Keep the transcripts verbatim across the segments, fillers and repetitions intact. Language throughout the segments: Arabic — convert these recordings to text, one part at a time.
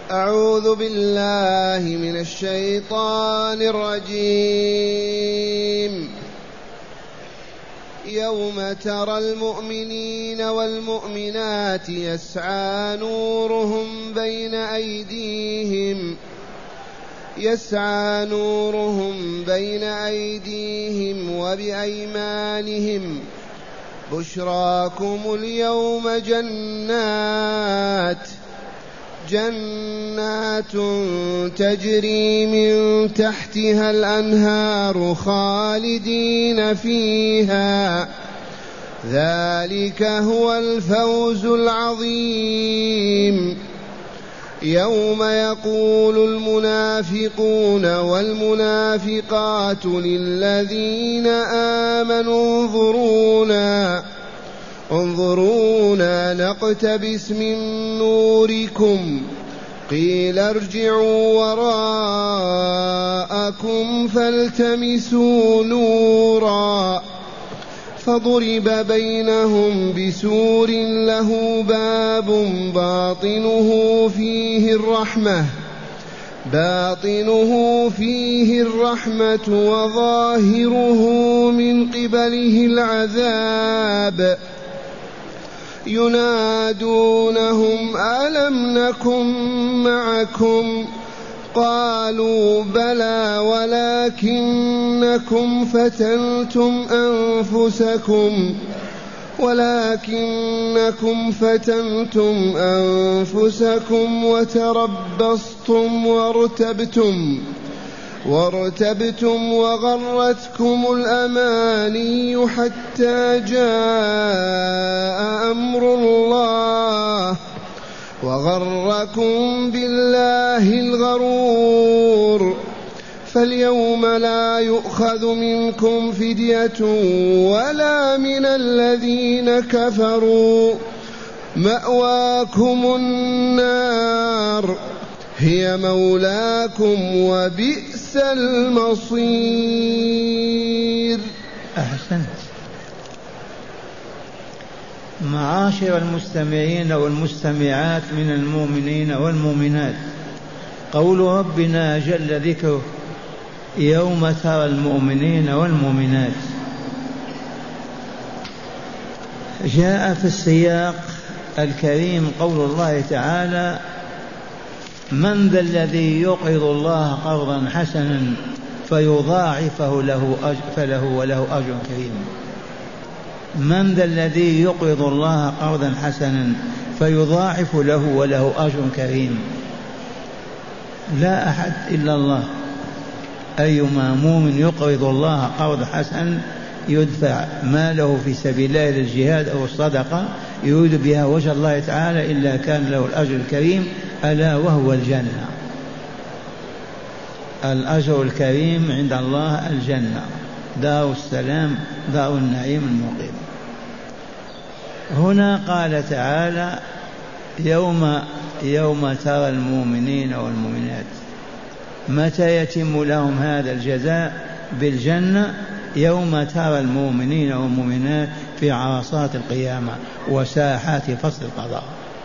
أعوذ بالله من الشيطان الرجيم. يوم ترى المؤمنين والمؤمنات يسعى نورهم بين أيديهم يسعى نورهم بين أيديهم وبأيمانهم بشراكم اليوم جنات جنات تجري من تحتها الأنهار خالدين فيها ذلك هو الفوز العظيم. يوم يقول المنافقون والمنافقات للذين آمنوا انظرونا انظرونا نقتبس من نوركم قيل ارجعوا وراءكم فالتمسوا نورا فضرب بينهم بسور له باب باطنه فيه الرحمة باطنه فيه الرحمة وظاهره من قبله العذاب ينادونهم ألم نكن معكم قالوا بلى ولكنكم فتنتم أنفسكم ولكنكم فتنتم أنفسكم وتربصتم وارتبتم وارتبتم وغرتكم الأماني حتى جاء أمر الله وغركم بالله الغرور. فاليوم لا يؤخذ منكم فدية ولا من الذين كفروا مأواكم النار هي مولاكم وبئس المصير. أحسنت. معاشر المستمعين والمستمعات من المؤمنين والمؤمنات، قول ربنا جل ذكره يوم ترى المؤمنين والمؤمنات جاء في السياق الكريم قول الله تعالى من ذا الذي يقرض الله قرضا حسنا فيضاعفه له أجر فله وله أجر كريم. من ذا الذي يقرض الله قرضا حسنا فيضاعف له وله أجر كريم. لا أحد إلا الله. أيما مؤمن يقرض الله قرض حسنا يدفع ماله في سبيل الله للجهاد أو الصدقة يريد بها وجه الله تعالى إلا كان له الأجر الكريم ألا وهو الجنة. الأجر الكريم عند الله الجنة دار السلام دار النعيم المقيم. هنا قال تعالى يوم يوم ترى المؤمنين والمؤمنات. متى يتم لهم هذا الجزاء بالجنة؟ يوم ترى المؤمنين والمؤمنات في عرصات القيامة وساحات فصل القضاء.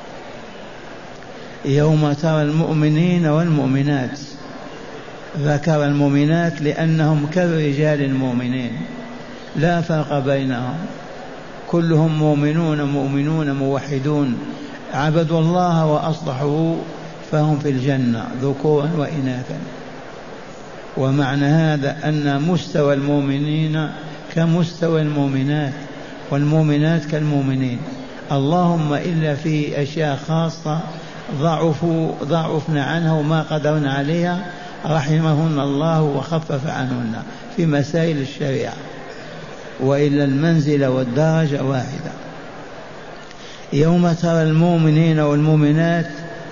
يوم ترى المؤمنين والمؤمنات، ذكر المؤمنات لأنهم كالرجال المؤمنين لا فرق بينهم، كلهم مؤمنون مؤمنون موحدون عبدوا الله وأصلحوا فهم في الجنة ذكورا وإناثا. ومعنى هذا أن مستوى المؤمنين كمستوى المؤمنات والمؤمنات كالمؤمنين، اللهم إلا في أشياء خاصة ضعفوا ضعفنا عنها وما قدرنا عليها رحمهن الله وخفف عنهن في مسائل الشريعة، وإلا المنزلة والدرجة واحدة. يوم ترى المؤمنين والمؤمنات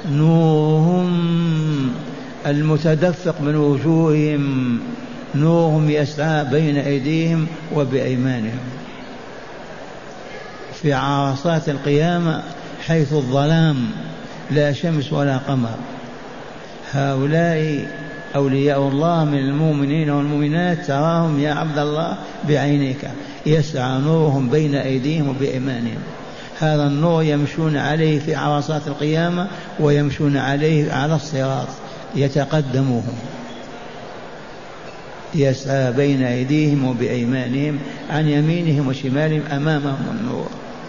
نورهم المتدفق من وجوههم نورهم يسعى بين أيديهم وبأيمانهم في عرصات القيامة حيث الظلام لا شمس ولا قمر. هؤلاء أولياء الله من المؤمنين والمؤمنات تراهم يا عبد الله بعينيك يسعى نورهم بين أيديهم وبأيمانهم. هذا النور يمشون عليه في عرصات القيامة ويمشون عليه على الصراط يتقدمهم، يسعى بين أيديهم وبأيمانهم عن يمينهم وشمالهم أمامهم النور،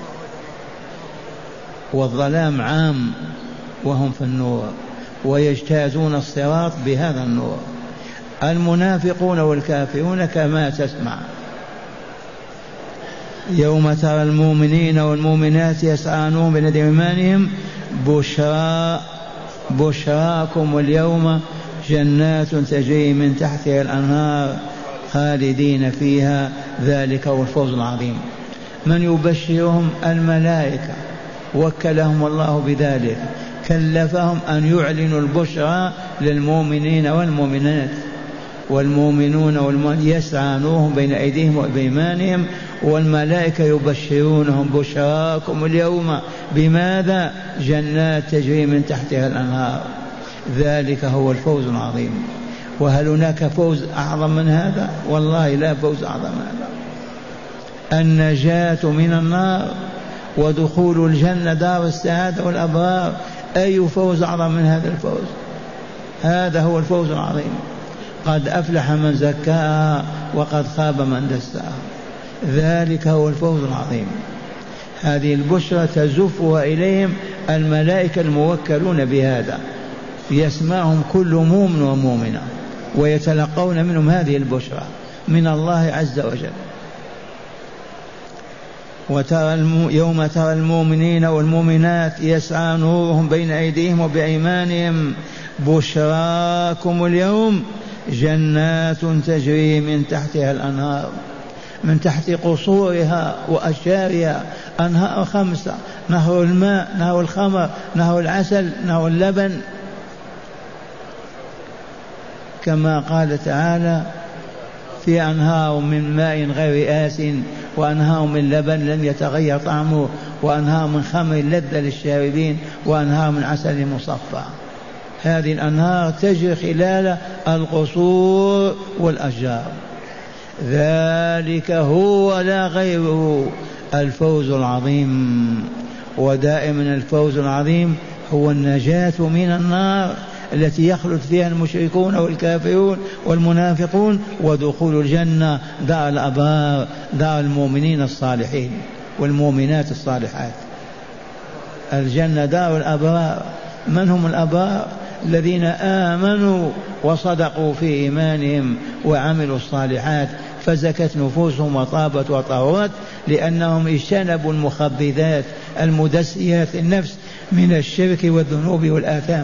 والظلام عام وهم في النور، ويجتازون الصراط بهذا النور. المنافقون والكافرون كما تسمع: يوم ترى المؤمنين والمؤمنات يسعى نورهم بين أيمانهم بشرى بشراكم اليوم جنات تجري من تحتها الأنهار خالدين فيها ذلك هو الفوز العظيم. من يبشرهم؟ الملائكة، وكلهم الله بذلك، كلفهم أن يعلنوا البشرى للمؤمنين والمؤمنات. والمؤمنون والمؤمنات يسعى نورهم بين أيديهم وبأيمانهم، والملائكة يبشرونهم بشراكم اليوم بماذا؟ جنات تجري من تحتها الأنهار ذلك هو الفوز العظيم. وهل هناك فوز أعظم من هذا؟ والله لا فوز أعظم من هذا. النجاة من النار ودخول الجنة دار السعادة والأبرار، أي فوز أعظم من هذا الفوز؟ هذا هو الفوز العظيم. قد أفلح من زكاها وقد خاب من دساها، ذلك هو الفوز العظيم. هذه البشرى تزفها إليهم الملائكة الموكلون بهذا، يسمعهم كل مؤمن ومؤمنة ويتلقون منهم هذه البشرى من الله عز وجل. وترى الم... يوم ترى المؤمنين والمؤمنات يسعى نورهم بين أيديهم وبأيمانهم بشراكم اليوم جنات تجري من تحتها الأنهار، من تحت قصورها وأشجارها أنهار خمسة: نهر الماء، نهر الخمر، نهر العسل، نهر اللبن، كما قال تعالى: في أنهار من ماء غير آس وأنهار من لبن لم يتغير طعمه وأنهار من خمر لذة للشاربين وأنهار من عسل مصفى. هذه الأنهار تجري خلال القصور والأشجار. ذلك هو لا غيره الفوز العظيم. ودائما الفوز العظيم هو النجاة من النار التي يخلد فيها المشركون والكافرون والمنافقون، ودخول الجنة دار الأبرار، دار المؤمنين الصالحين والمؤمنات الصالحات. الجنة دار الأبرار. من هم الأبرار؟ الذين آمنوا وصدقوا في إيمانهم وعملوا الصالحات فزكت نفوسهم وطابت وطهرت لأنهم اجتنبوا المخبثات المدسيات النفس من الشرك والذنوب والآثام.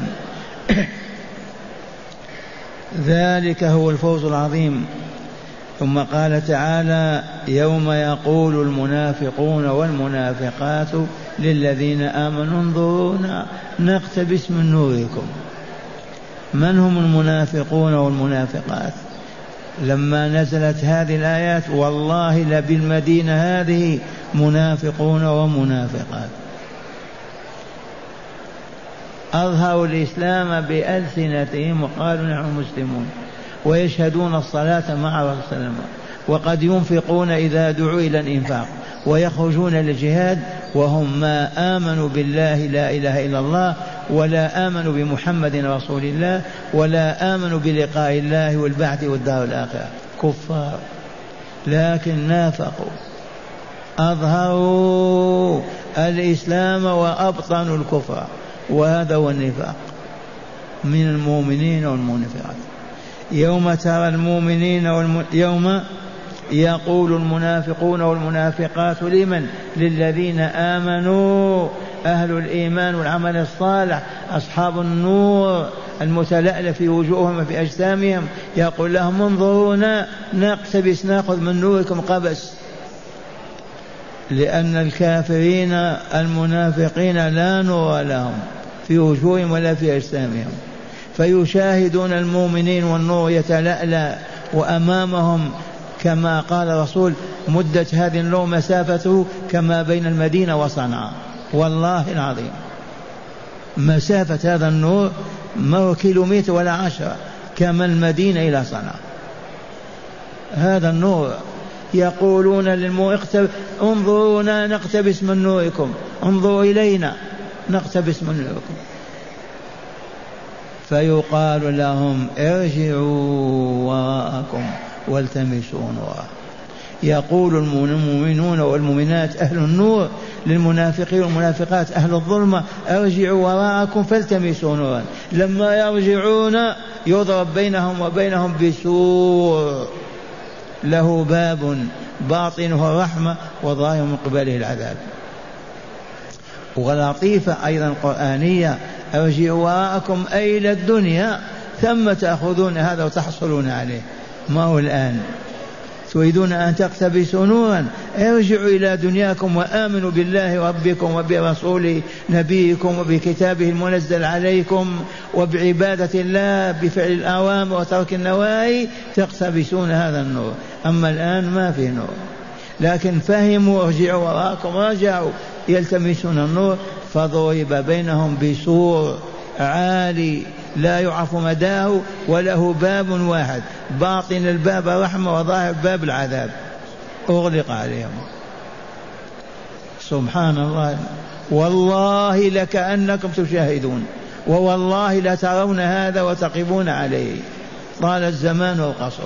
ذلك هو الفوز العظيم. ثم قال تعالى: يوم يقول المنافقون والمنافقات للذين آمنوا انظرونا نقتبس من نوركم. من هم المنافقون والمنافقات؟ لما نزلت هذه الآيات والله لبالمدينة هذه منافقون ومنافقات أظهروا الإسلام بألسنتهم وقالوا نحن مسلمون ويشهدون الصلاة مع رسول الله، وقد ينفقون إذا دعوا إلى الإنفاق ويخرجون للجهاد وهم ما آمنوا بالله لا إله إلا الله ولا آمنوا بمحمد رسول الله ولا آمنوا بلقاء الله والبعث والدار الآخرة، كفار. لكن نافقوا، أظهروا الإسلام وأبطنوا الكفر، وهذا هو النفاق من المؤمنين والمنافقات. يوم ترى المؤمنين والم... يوم يقول المنافقون والمنافقات لمن؟ للذين آمنوا، أهل الإيمان والعمل الصالح، أصحاب النور المتلألأ في وجوههم وفي أجسامهم، يقول لهم انظرونا نقتبس نأخذ من نوركم قبس. لأن الكافرين المنافقين لا نور لهم في وجوههم ولا في أجسامهم، فيشاهدون المؤمنين والنور يتلألأ وأمامهم، كما قال الرسول: مدة هذه النور مسافته كما بين المدينة وصنعاء. والله العظيم مسافة هذا النور ما هو كيلومتر ولا عشرة، كما المدينة إلى صنعاء. هذا النور يقولون للمؤمن انظرونا نقتبس من نوركم، انظروا إلينا نقتبس من نوركم. فيقال لهم ارجعوا وراءكم والتمسوا نورا. يقول المؤمنون والمؤمنات أهل النور للمنافقين والمنافقات أهل الظلمة ارجعوا وراءكم فالتمسوا نورا. لما يرجعون يضرب بينهم وبينهم بسور له باب باطنه الرحمة وظاهر من قبله العذاب. ولطيفة أيضا قرآنية ارجعوا وراءكم أي إلى الدنيا ثم تأخذون هذا وتحصلون عليه. ما هو الآن تريدون أن تقتبسوا نورا؟ ارجعوا إلى دنياكم وآمنوا بالله ربكم وبرسوله نبيكم وبكتابه المنزل عليكم وبعبادة الله بفعل الأوامر وترك النواهي تقتبسون هذا النور. أما الآن ما في نور، لكن فهموا ارجعوا وراءكم، رجعوا يلتمسون النور فضرب بينهم بسور عالي لا يعرف مداه وله باب واحد باطن الباب رحمة وظاهر باب العذاب أغلق عليهم. سبحان الله. والله لكأنكم تشاهدون ووالله لترون هذا وتقفون عليه طال الزمان والقصر.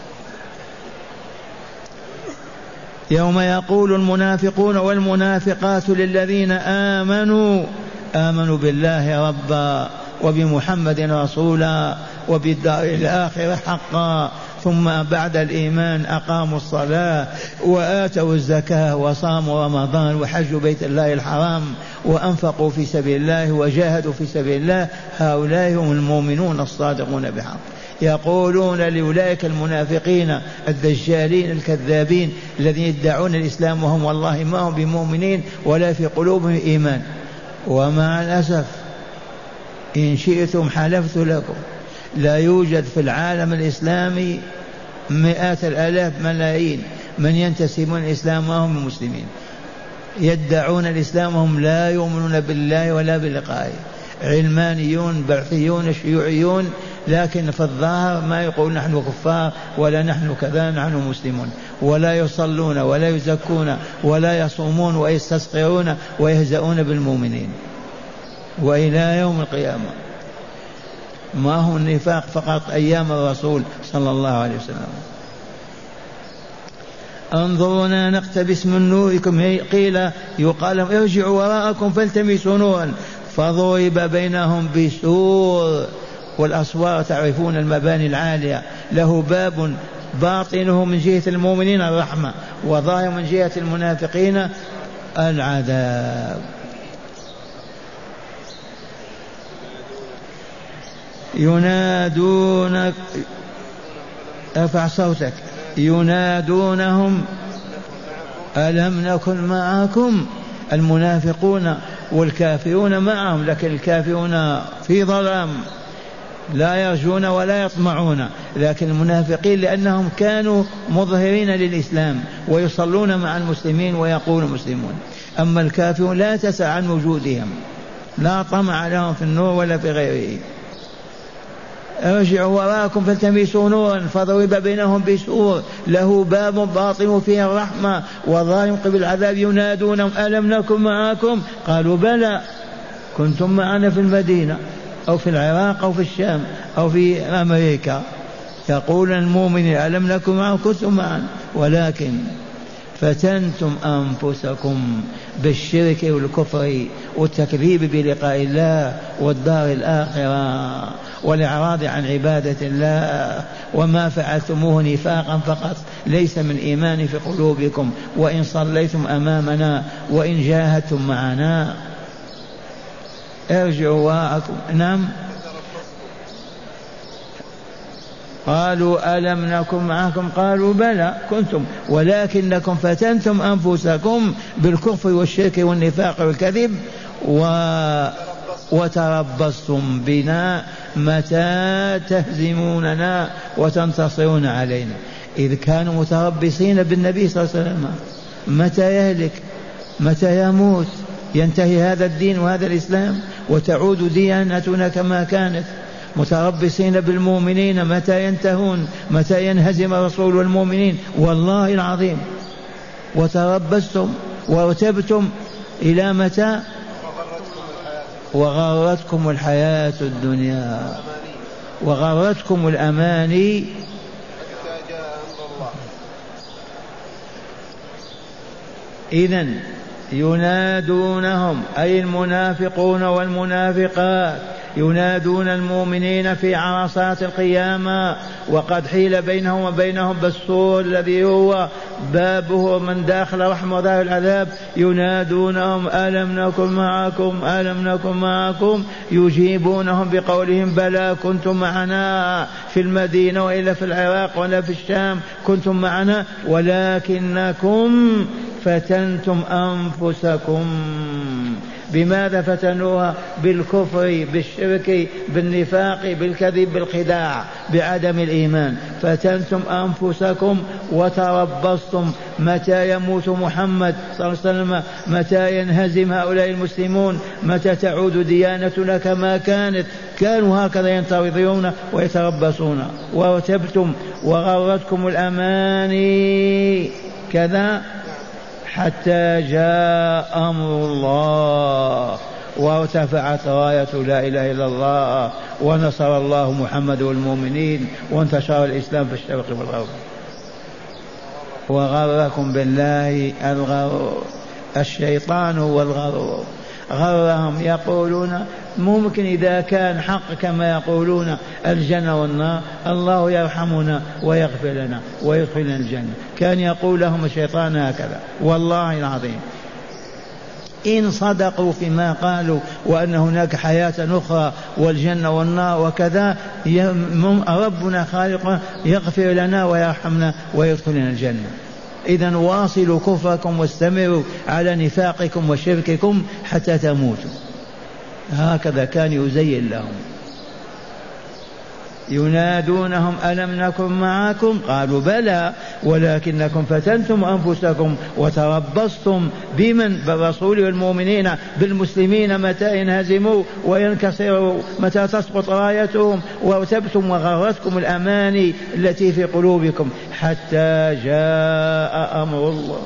يوم يقول المنافقون والمنافقات للذين آمنوا آمنوا بالله ربا وبمحمد رسولا وبالدار الآخرة حقا ثم بعد الإيمان أقاموا الصلاة وآتوا الزكاة وصاموا رمضان وحجوا بيت الله الحرام وأنفقوا في سبيل الله وجاهدوا في سبيل الله هؤلاء هم المؤمنون الصادقون بحق. يقولون لأولئك المنافقين الدجالين الكذابين الذين يدعون الإسلام وهم والله ما هم بمؤمنين ولا في قلوبهم إيمان. ومع الأسف إن شئتم حلفت لكم لا يوجد في العالم الإسلامي مئات الآلاف ملايين من ينتسبون الإسلام وهم مسلمين يدعون الإسلام وهم لا يؤمنون بالله ولا بلقائه، علمانيون بعثيون شيوعيون، لكن في الظاهر ما يقول نحن كفار ولا نحن كذا، نحن مسلمون، ولا يصلون ولا يزكون ولا يصومون ويستسقرون ويهزؤون بالمؤمنين وإلى يوم القيامة. ما هو النفاق فقط أيام الرسول صلى الله عليه وسلم. انظرونا نقتبس من نوركم قيل يقال ارجعوا وراءكم فالتمسوا نورا فضرب بينهم بسور، والأسوار تعرفون المباني العالية، له باب باطنه من جهة المؤمنين الرحمة وظاهر من جهة المنافقين العذاب. ينادونك ارفع صوتك ينادونهم ألم نكن معكم. المنافقون والكافرون معهم، لكن الكافرون في ظلام لا يرجون ولا يطمعون، لكن المنافقين لأنهم كانوا مظهرين للإسلام ويصلون مع المسلمين ويقولون مسلمون. أما الكافرون لا تسأل عن وجودهم، لا طمع لهم في النور ولا في غيره. ارجعوا وراءكم فالتمسوا نورا فضرب بينهم بسور له باب باطن فيه الرحمة وظاهر قبل العذاب ينادونهم ألم نكن معكم قالوا بلى كنتم معنا في المدينة أو في العراق أو في الشام أو في أمريكا. يقول المؤمن ألم نكن معكم كنتم معنا ولكن فتنتم أنفسكم بالشرك والكفر والتكذيب بلقاء الله والدار الآخرة والإعراض عن عبادة الله، وما فعلتموه نفاقا فقط ليس من إيمان في قلوبكم، وإن صليتم أمامنا وإن جاهدتم معنا. ارجعوا وراءكم. نعم قالوا ألم نكن معكم قالوا بلى كنتم ولكنكم فتنتم أنفسكم بالكفر والشرك والنفاق والكذب و... وتربصتم بنا متى تهزموننا وتنتصرون علينا. إذ كانوا متربصين بالنبي صلى الله عليه وسلم متى يهلك متى يموت ينتهي هذا الدين وهذا الإسلام وتعود ديانتنا كما كانت. متربصين بالمؤمنين متى ينتهون، متى ينهزم الرسول والمؤمنين. والله العظيم وتربصتم وارتبتم إلى متى؟ وغرتكم الحياة الدنيا وغرتكم الأماني. إذن ينادونهم أي المنافقون والمنافقات ينادون المؤمنين في عرصات القيامة وقد حيل بينهم وبينهم بالسور الذي هو بابه من داخل رحمة وظاهر العذاب. ينادونهم ألم نكن معكم ألم نكن معكم يجيبونهم بقولهم بلى كنتم معنا في المدينة وإلا في العراق ولا في الشام كنتم معنا ولكنكم فتنتم أنفسكم. بماذا فتنوها؟ بالكفر بالشرك بالنفاق بالكذب بالخداع بعدم الإيمان. فتنتم أنفسكم وتربصتم متى يموت محمد صلى الله عليه وسلم، متى ينهزم هؤلاء المسلمون، متى تعود ديانتنا كما كانت. كانوا هكذا ينتظرون ويتربصون. وارتبتم وغرتكم الأماني كذا حتى جاء أمر الله وارتفعت راية لا إله إلا الله ونصر الله محمد والمؤمنين وانتشر الإسلام في الشرق والغرب. وغركم بالله الغرور، الشيطان هو الغرور. غرهم يقولون ممكن إذا كان حق كما يقولون الجنة والنار الله يرحمنا ويغفر لنا ويدخلنا الجنة. كان يقول لهم الشيطان هكذا. والله العظيم إن صدقوا فيما قالوا وأن هناك حياة أخرى والجنة والنار وكذا ربنا خالقنا يغفر لنا ويرحمنا ويدخلنا الجنة. إذن واصلوا كفركم واستمروا على نفاقكم وشرككم حتى تموتوا. هكذا كان يزين لهم. ينادونهم ألم نكن معكم قالوا بلى ولكنكم فتنتم أنفسكم وتربصتم بمن؟ بالرسول والمؤمنين بالمسلمين متى ينهزموا وينكسروا، متى تسقط رايتهم. وارتبتم وغرتكم الأماني التي في قلوبكم حتى جاء أمر الله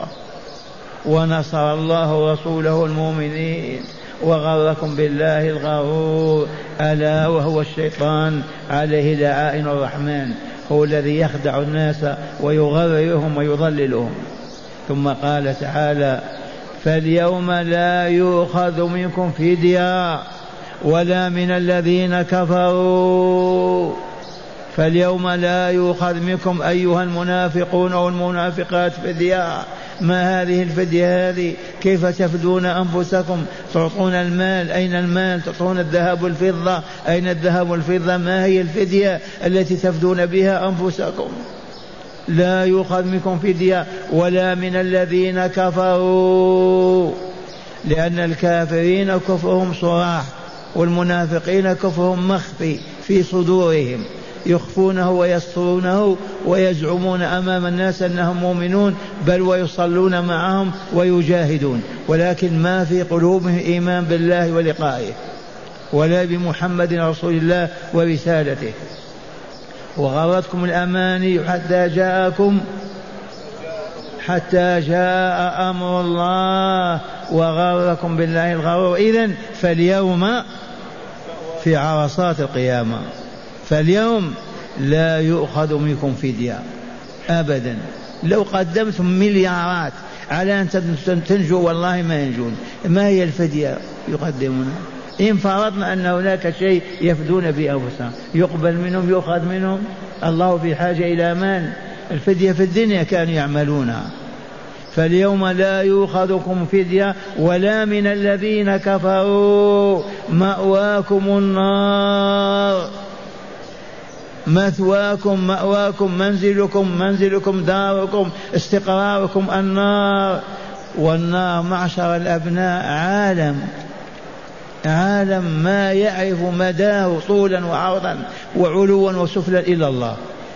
ونصر الله رسوله المؤمنين وغركم بالله الغرور ألا وهو الشيطان عليه لعائن الرحمن، هو الذي يخدع الناس ويغررهم ويضللهم. ثم قال تعالى فاليوم لا يؤخذ منكم فدية ولا من الذين كفروا. فاليوم لا يؤخذ منكم أيها المنافقون والمنافقات فدية. ما هذه الفدية هذه؟ كيف تفدون أنفسكم؟ تعطون المال، أين المال؟ تعطون الذهب والفضة، أين الذهب والفضة؟ ما هي الفدية التي تفدون بها أنفسكم؟ لا يؤخذ منكم فدية ولا من الذين كفروا، لأن الكافرين كفرهم صراح والمنافقين كفرهم مخفي في صدورهم، يخفونه ويسترونه ويزعمون أمام الناس أنهم مؤمنون بل ويصلون معهم ويجاهدون، ولكن ما في قلوبهم إيمان بالله ولقائه ولا بمحمد رسول الله ورسالته. وغرتكم الأماني حتى جاءكم حتى جاء أمر الله وغركم بالله الغرور. إذن فاليوم في عرصات القيامة، فاليوم لا يؤخذ منكم فدية أبدا. لو قدمتم مليارات على أن تنجوا والله ما ينجون. ما هي الفدية يقدمون؟ إن فرضنا أن هناك شيء يفدون بأنفسهم يقبل منهم يؤخذ منهم. الله في حاجة إلى مال. الفدية في الدنيا كانوا يعملونها. فاليوم لا يؤخذكم فدية ولا من الذين كفروا مأواكم النار، مثواكم مأواكم منزلكم منزلكم داركم استقراركم النار. والنار معشر الأبناء عالم عالم ما يعرف مداه طولا وعرضا وعلوا وسفلا إلا الله.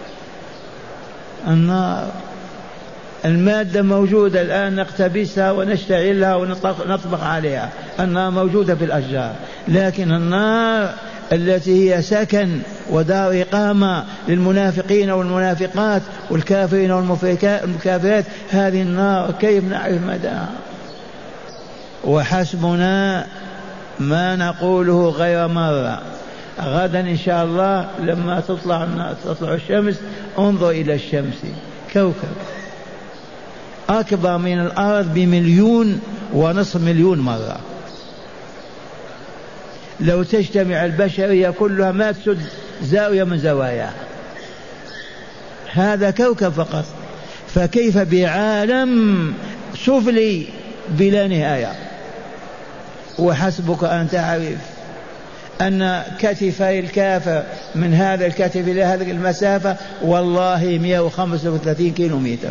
النار المادة موجودة الآن نقتبسها ونشتعلها ونطبخ عليها. النار موجودة في الأشجار، لكن النار التي هي سكن ودار إقامة للمنافقين والمنافقات والكافرين والكافرات، هذه النار كيف نعرف مداها؟ وحسبنا ما نقوله غير مرة. غدا إن شاء الله لما تطلع تطلع الشمس انظر إلى الشمس، كوكب أكبر من الأرض بمليون ونصف مليون مرة. لو تجتمع البشرية كلها ما تسد زاوية من زواياها. هذا كوكب فقط، فكيف بعالم سفلي بلا نهاية؟ وحسبك أن تعرف أن كتفي الكافر من هذا الكتف إلى هذه المسافة والله مئة وخمسة وثلاثين كيلو متر.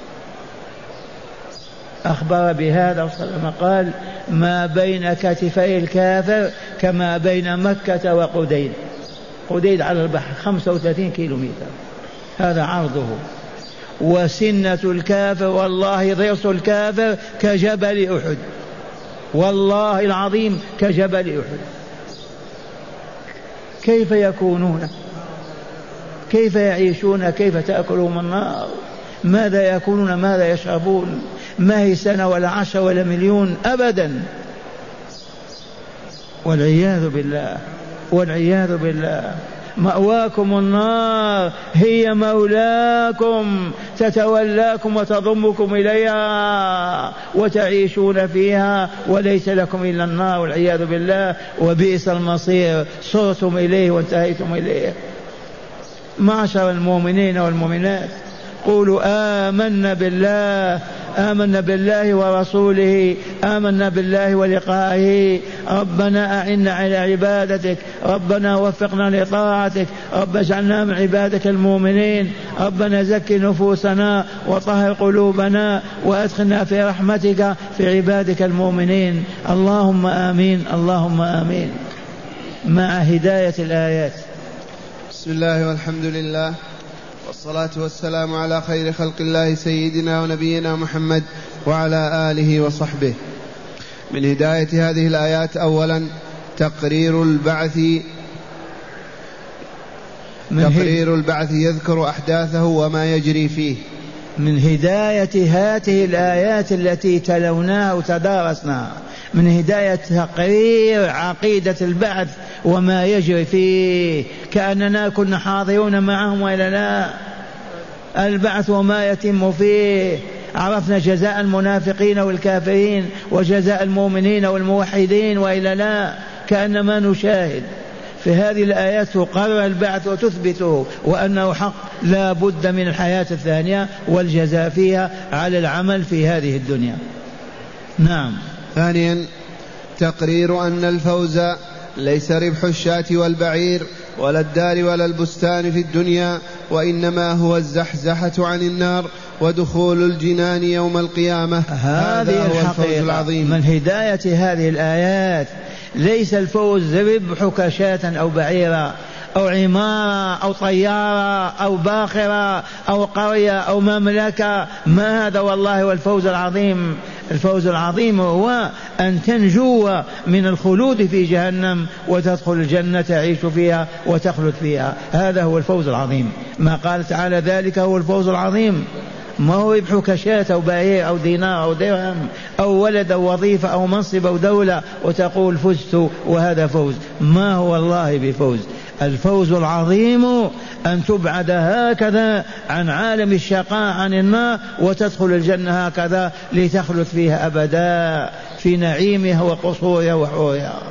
أخبر بهذا وسلم قال: ما بين كتفي الكافر كما بين مكة وقديد. قديد على البحر خمسة وثلاثين كيلو متر، هذا عرضه. وسنة الكافر والله ضرس الكافر كجبل أحد، والله العظيم كجبل أحد. كيف يكونون؟ كيف يعيشون؟ كيف تأكلهم النار؟ ماذا يأكلون؟ ماذا يشربون؟ ما هي سنة ولا عشر ولا مليون أبدا، والعياذ بالله والعياذ بالله. مأواكم النار، هي مولاكم، تتولاكم وتضمكم إليها وتعيشون فيها، وليس لكم إلا النار والعياذ بالله. وبئس المصير، صرتم إليه وانتهيتم إليه. معشر المؤمنين والمؤمنات، قولوا آمنا بالله، آمنا بالله ورسوله، آمنا بالله ولقائه. ربنا أعنا على عبادتك، ربنا وفقنا لطاعتك، رب اجعلنا من عبادك المؤمنين، ربنا زكي نفوسنا وطهر قلوبنا وأدخلنا في رحمتك في عبادك المؤمنين. اللهم آمين، اللهم آمين. مع هداية الآيات. بسم الله والحمد لله والصلاة والسلام على خير خلق الله سيدنا ونبينا محمد وعلى آله وصحبه. من هداية هذه الآيات أولا تقرير البعث تقرير البعث يذكر أحداثه وما يجري فيه. من هداية هذه الآيات التي تلوناها وتدارسناها، من هداية تقرير عقيدة البعث وما يجري فيه، كأننا كنا حاضرون معهم وإلا لا. البعث وما يتم فيه، عرفنا جزاء المنافقين والكافرين وجزاء المؤمنين والموحدين وإلا لا، كأنما نشاهد. في هذه الآيات تقرر البعث وتثبته وأنه حق، لا بد من الحياة الثانية والجزاء فيها على العمل في هذه الدنيا. نعم. ثانيا تقرير أن الفوز ليس ربح الشاة والبعير ولا الدار ولا البستان في الدنيا، وإنما هو الزحزحة عن النار ودخول الجنان يوم القيامة. هذه هو الفوز العظيم. من هداية هذه الآيات ليس الفوز ربحك شاة أو بعيرا أو عمارة أو طيارة أو باخرة أو قرية أو مملكة، ما هذا والله هو الفوز العظيم. الفوز العظيم هو أن تنجو من الخلود في جهنم وتدخل الجنة تعيش فيها وتخلد فيها، هذا هو الفوز العظيم. ما قال تعالى ذلك هو الفوز العظيم، ما هو ربحك شاة أو بعير أو دينار أو درهم أو ولد أو وظيفة أو منصب أو دولة وتقول فزت وهذا فوز، ما هو الله بفوز. الفوز العظيم أن تبعد هكذا عن عالم الشقاء عن النار وتدخل الجنة هكذا لتخلد فيها أبدا في نعيمها وقصورها وحورها.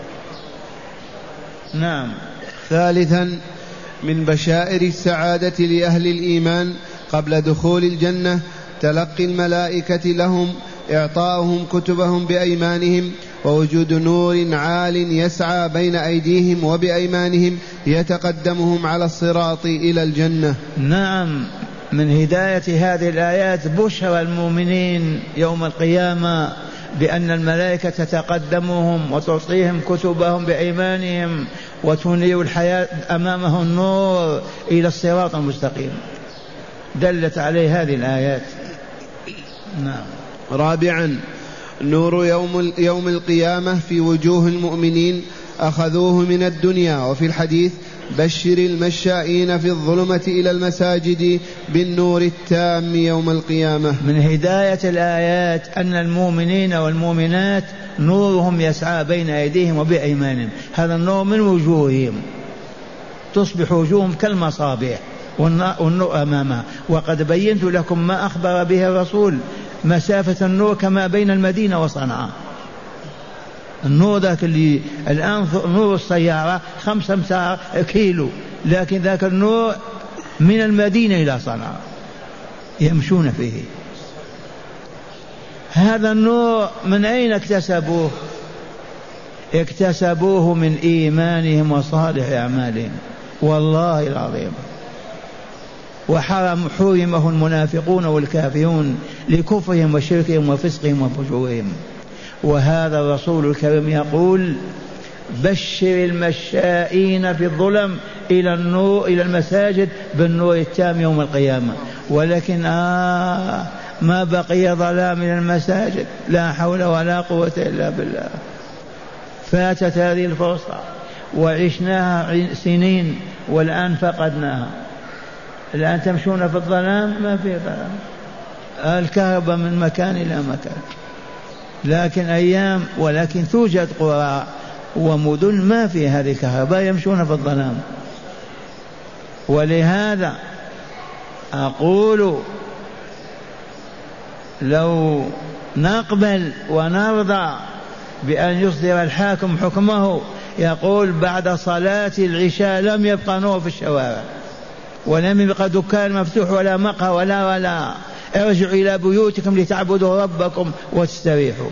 نعم. ثالثا من بشائر السعادة لأهل الإيمان قبل دخول الجنة تلقي الملائكة لهم، إعطاؤهم كتبهم بأيمانهم، ووجود نور عال يسعى بين أيديهم وبأيمانهم يتقدمهم على الصراط إلى الجنة. نعم. من هداية هذه الآيات بشرى المؤمنين يوم القيامة بأن الملائكة تتقدمهم وتعطيهم كتبهم بأيمانهم وتنير الحياة أمامه النور إلى الصراط المستقيم، دلت عليه هذه الآيات. نعم. رابعا نور يوم, يوم القيامة في وجوه المؤمنين أخذوه من الدنيا. وفي الحديث بشر المشائين في الظلمة إلى المساجد بالنور التام يوم القيامة. من هداية الآيات أن المؤمنين والمؤمنات نورهم يسعى بين أيديهم وبأيمانهم، هذا النور من وجوههم، تصبح وجوههم كالمصابيح والنور أمامها. وقد بينت لكم ما أخبر به الرسول، مسافة النور كما بين المدينة وصنعاء. النور ذاك اللي الآن نور السيارة خمسة أمتار كيلو، لكن ذاك النور من المدينة إلى صنعاء يمشون فيه. هذا النور من أين اكتسبوه؟ اكتسبوه من إيمانهم وصالح أعمالهم، والله العظيم. وحرم حرمه المنافقون والكافرون لكفرهم وشركهم وفسقهم وفجورهم. وهذا الرسول الكريم يقول بشر المشائين في الظلم إلى النور إلى المساجد بالنور التام يوم القيامة. ولكن آه ما بقي ظلام من المساجد، لا حول ولا قوة إلا بالله. فاتت هذه الفرصة وعشناها سنين والآن فقدناها. الآن تمشون في الظلام، ما في ظلام، الكهرباء من مكان إلى مكان. لكن أيام ولكن توجد قرى ومدن ما في هذه الكهرباء، يمشون في الظلام. ولهذا أقول لو نقبل ونرضى بأن يصدر الحاكم حكمه يقول بعد صلاة العشاء لم يبقى نور في الشوارع، ولم يبقى دكان مفتوح ولا مقهى ولا ولا ارجعوا إلى بيوتكم لتعبدوا ربكم وتستريحوا.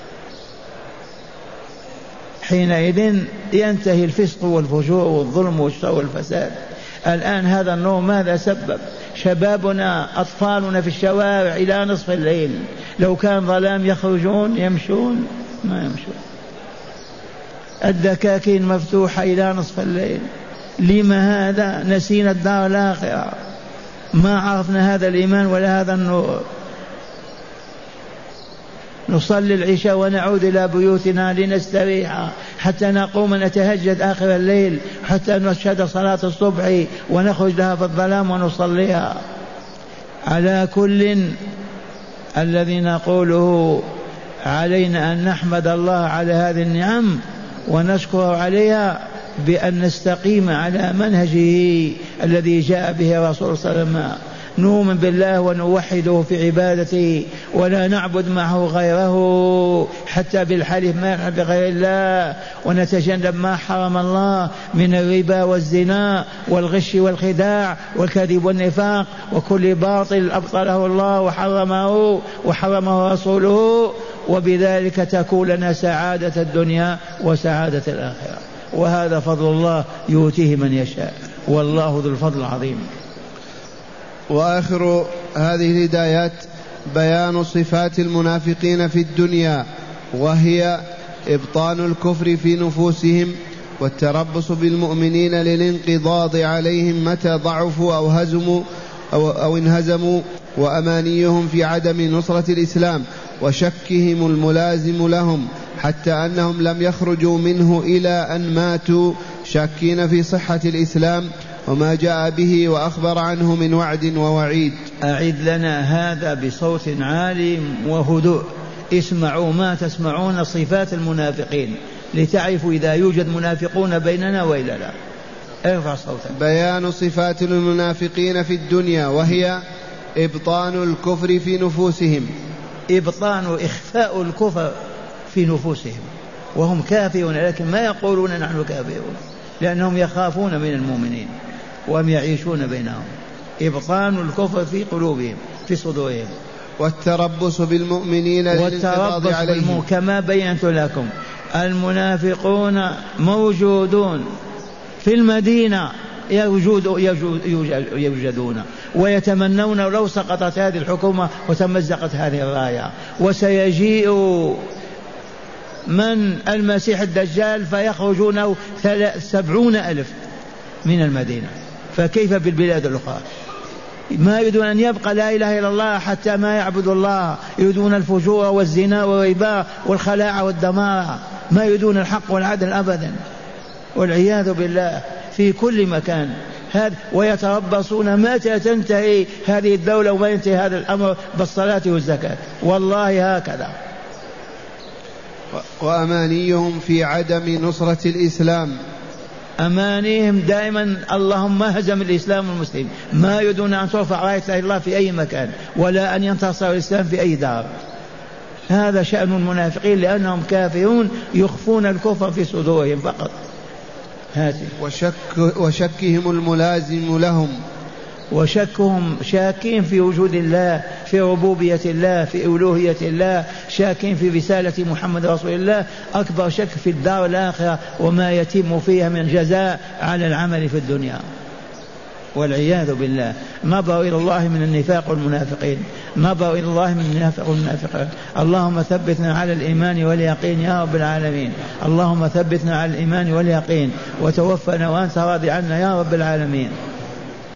حينئذ ينتهي الفسق والفجور والظلم والشر والفساد. الآن هذا النور ماذا سبب؟ شبابنا أطفالنا في الشوارع إلى نصف الليل، لو كان ظلام يخرجون يمشون؟ ما يمشون. الدكاكين مفتوحة إلى نصف الليل. لما هذا؟ نسينا الدار الآخرة، ما عرفنا هذا الإيمان ولا هذا النور. نصلي العشاء ونعود إلى بيوتنا لنستريح حتى نقوم نتهجد آخر الليل، حتى نشهد صلاة الصبح ونخرج لها في الظلام ونصليها. على كل الذي نقوله علينا أن نحمد الله على هذه النعم ونشكر عليها بأن نستقيم على منهجه الذي جاء به رسول صلى الله عليه وسلم، نؤمن بالله ونوحده في عبادته ولا نعبد معه غيره، حتى بالحلف ما يحلف بغير الله، ونتجنب ما حرم الله من الربا والزنا والغش والخداع والكذب والنفاق وكل باطل أبطله الله وحرمه وحرمه رسوله. وبذلك تكون لنا سعادة الدنيا وسعادة الآخرة. وهذا فضل الله يؤتيه من يشاء، والله ذو الفضل العظيم. وآخر هذه الهدايات بيان صفات المنافقين في الدنيا، وهي إبطان الكفر في نفوسهم والتربص بالمؤمنين للانقضاض عليهم متى ضعفوا أو هزموا أو, أو انهزموا، وأمانيهم في عدم نصرة الإسلام وشكهم الملازم لهم، حتى أنهم لم يخرجوا منه إلى أن ماتوا شاكين في صحة الإسلام وما جاء به وأخبر عنه من وعد ووعيد. أعد لنا هذا بصوت عالي وهدوء. اسمعوا ما تسمعون صفات المنافقين لتعرفوا إذا يوجد منافقون بيننا وإلا لا. ارفع صوتك. بيان صفات المنافقين في الدنيا، وهي إبطان الكفر في نفوسهم. إبطان إخفاء الكفر في نفوسهم، وهم كافرون لكن ما يقولون نحن كافرون، لأنهم يخافون من المؤمنين وهم يعيشون بينهم. إبطان الكفر في قلوبهم في صدورهم. والتربص بالمؤمنين للانقضاض عليهم، كما بينت لكم المنافقون موجودون في المدينة، يوجد يوجدون ويتمنون لو سقطت هذه الحكومة وتمزقت هذه الراية. وسيجيء من المسيح الدجال فيخرجون سبعون ألف من المدينة، فكيف بالبلاد الأخرى؟ ما يريدون أن يبقى لا إله إلا الله حتى ما يعبد الله، يريدون الفجور والزنا والربا والخلاعة والدمار. ما يدون الحق والعدل أبدا، والعياذ بالله في كل مكان. هذا ويتربصون متى تنتهي هذه الدولة وما ينتهي هذا الأمر بالصلاة والزكاة، والله هكذا. وأمانيهم في عدم نصرة الإسلام، أمانيهم دائما اللهم اهزم الإسلام والمسلمين، ما يريدون أن ترفع راية الله في أي مكان ولا أن ينتصر الإسلام في أي دار. هذا شأن المنافقين لأنهم كافرون يخفون الكفر في صدورهم فقط. هاتي. وشك وشكهم الملازم لهم، وشكهم شاكين في وجود الله، في ربوبية الله، في ألوهية الله، شاكين في رسالة محمد رسول الله، أكبر شك في الدار الآخرة وما يتم فيها من جزاء على العمل في الدنيا، والعياذ بالله. نظروا إلى الله من النفاق والمنافقين، نظروا إلى الله من النفاق والمنافقين. اللهم ثبتنا على الإيمان واليقين يا رب العالمين، اللهم ثبتنا على الإيمان واليقين وتوفنا وأنت راضي عنا يا رب العالمين.